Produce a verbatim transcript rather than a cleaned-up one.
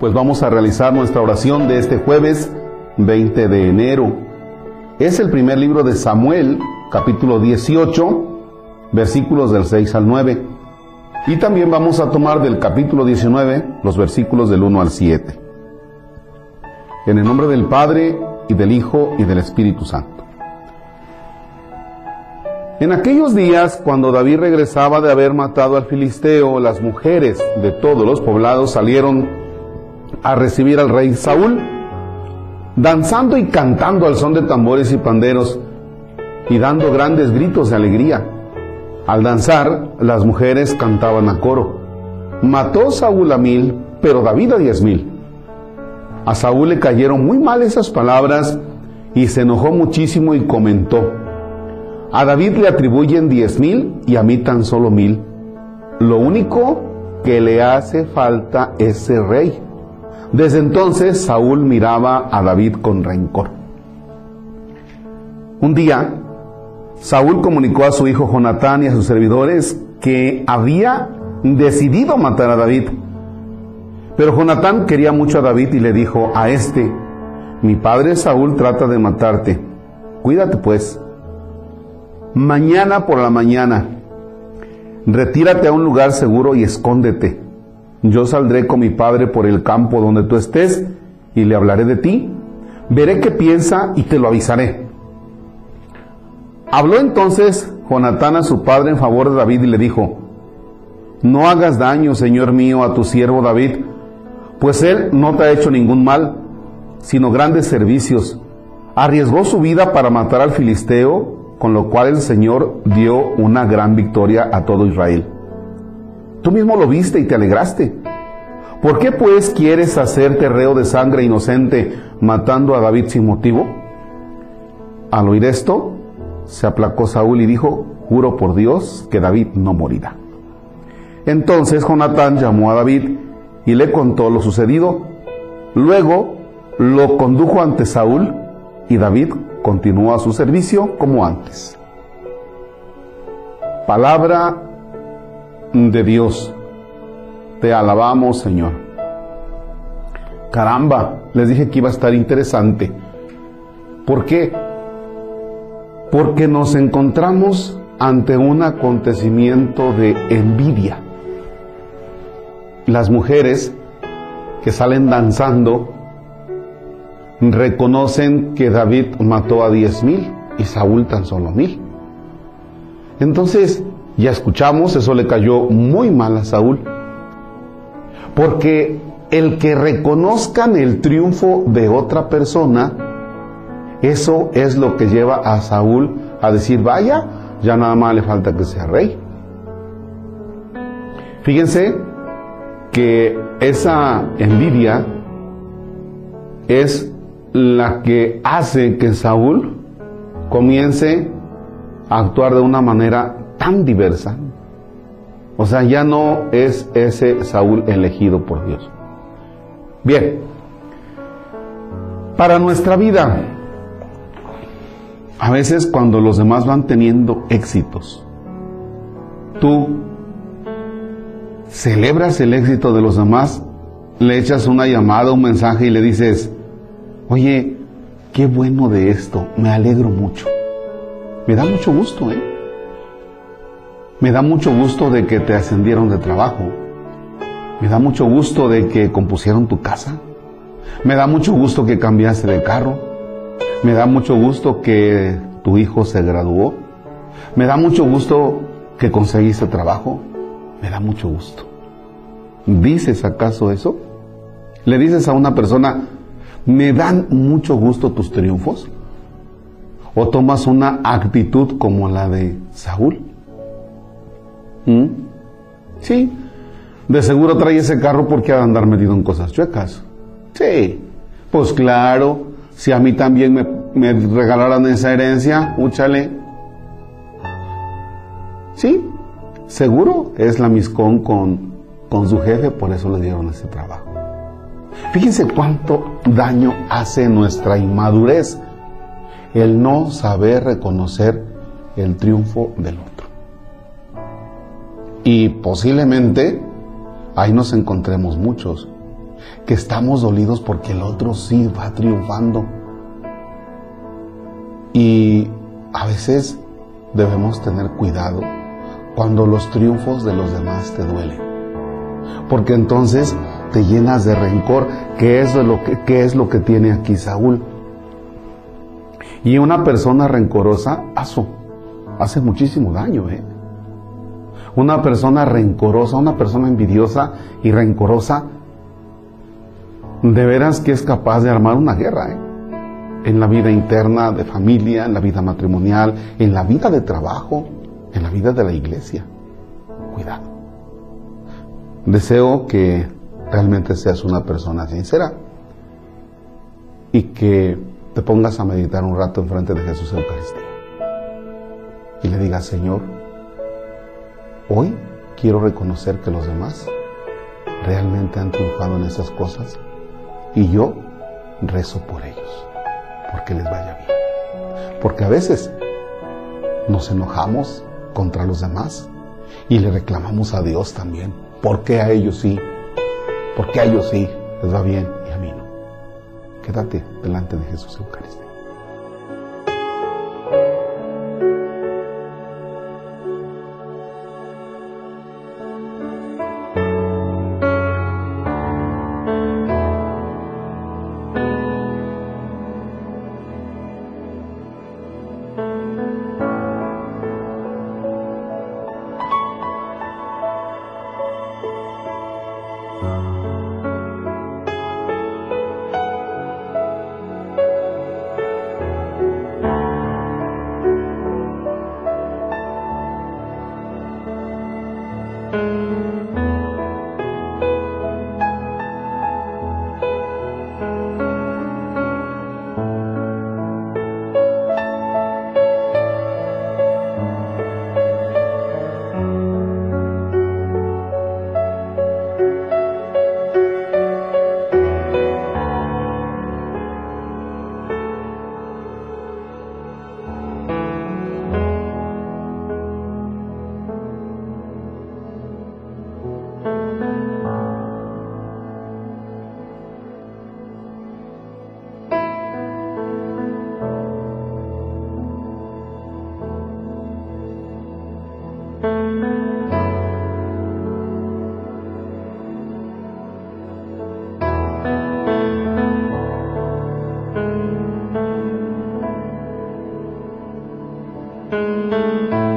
pues vamos a realizar nuestra oración de este jueves veinte de enero. Es el primer libro de Samuel, capítulo dieciocho, versículos del seis al nueve. Y también vamos a tomar del capítulo diecinueve, los versículos del uno al siete. En el nombre del Padre, y del Hijo, y del Espíritu Santo. En aquellos días, cuando David regresaba de haber matado al filisteo, las mujeres de todos los poblados salieron a recibir al rey Saúl, danzando y cantando al son de tambores y panderos, y dando grandes gritos de alegría. Al danzar, las mujeres cantaban a coro: mató Saúl a mil, pero David a diez mil. A Saúl le cayeron muy mal esas palabras, y se enojó muchísimo y comentó: a David le atribuyen diez mil y a mí tan solo mil. Lo único que le hace falta es ser rey. Desde entonces Saúl miraba a David con rencor. Un día, Saúl comunicó a su hijo Jonatán y a sus servidores que había decidido matar a David. Pero Jonatán quería mucho a David y le dijo a este: mi padre Saúl trata de matarte. Cuídate pues. Mañana por la mañana, retírate a un lugar seguro y escóndete. Yo saldré con mi padre por el campo donde tú estés y le hablaré de ti. Veré qué piensa y te lo avisaré. Habló entonces Jonatán a su padre en favor de David y le dijo: no hagas daño, señor mío, a tu siervo David, pues él no te ha hecho ningún mal, sino grandes servicios. Arriesgó su vida para matar al filisteo, con lo cual el Señor dio una gran victoria a todo Israel. Tú mismo lo viste y te alegraste. ¿Por qué pues quieres hacerte reo de sangre inocente matando a David sin motivo? Al oír esto, se aplacó Saúl y dijo: juro por Dios que David no morirá. Entonces Jonatán llamó a David y le contó lo sucedido. Luego lo condujo ante Saúl y David continuó a su servicio como antes. Palabra de Dios. Te alabamos, Señor. Caramba, les dije que iba a estar interesante. ¿Por qué? Porque nos encontramos ante un acontecimiento de envidia. Las mujeres que salen danzando reconocen que David mató a diez mil y Saúl tan solo mil. Entonces, ya escuchamos, eso le cayó muy mal a Saúl. Porque el que reconozcan el triunfo de otra persona, eso es lo que lleva a Saúl a decir: vaya, ya nada más le falta que sea rey. Fíjense que esa envidia es la que hace que Saúl comience a actuar de una manera tan diversa. O sea, ya no es ese Saúl elegido por Dios. Bien, para nuestra vida, a veces cuando los demás van teniendo éxitos, tú celebras el éxito de los demás, le echas una llamada, un mensaje y le dices: oye, qué bueno de esto, me alegro mucho. Me da mucho gusto, ¿eh? Me da mucho gusto de que te ascendieron de trabajo. Me da mucho gusto de que compusieron tu casa. Me da mucho gusto que cambiaste de carro. Me da mucho gusto que tu hijo se graduó. Me da mucho gusto que conseguiste trabajo. Me da mucho gusto. ¿Dices acaso eso? ¿Le dices a una persona: me dan mucho gusto tus triunfos? ¿O tomas una actitud como la de Saúl? ¿Mm? Sí, de seguro trae ese carro porque ha de andar metido en cosas chuecas. Sí, pues claro, si a mí también me, me regalaran esa herencia, úchale. Sí, seguro es la miscón con, con su jefe, por eso le dieron ese trabajo. Fíjense cuánto daño hace nuestra inmadurez el no saber reconocer el triunfo del otro. Y posiblemente ahí nos encontremos muchos. que estamos dolidos porque el otro sí va triunfando. Y a veces debemos tener cuidado cuando los triunfos de los demás te duelen, porque entonces te llenas de rencor, que es lo que, que es lo que tiene aquí Saúl. Y una persona rencorosa hace, hace muchísimo daño, ¿eh? Una persona rencorosa, una persona envidiosa y rencorosa, de veras que es capaz de armar una guerra, ¿eh? En la vida interna de familia, en la vida matrimonial, en la vida de trabajo, en la vida de la iglesia. Cuidado. Deseo que realmente seas una persona sincera y que te pongas a meditar un rato enfrente de Jesús Eucaristía y le digas: Señor, hoy quiero reconocer que los demás realmente han triunfado en esas cosas y yo rezo por ellos, porque les vaya bien. Porque a veces nos enojamos contra los demás y le reclamamos a Dios también: ¿por qué a ellos sí? ¿Por qué a ellos sí les va bien y a mí no? Quédate delante de Jesús Eucaristía. Música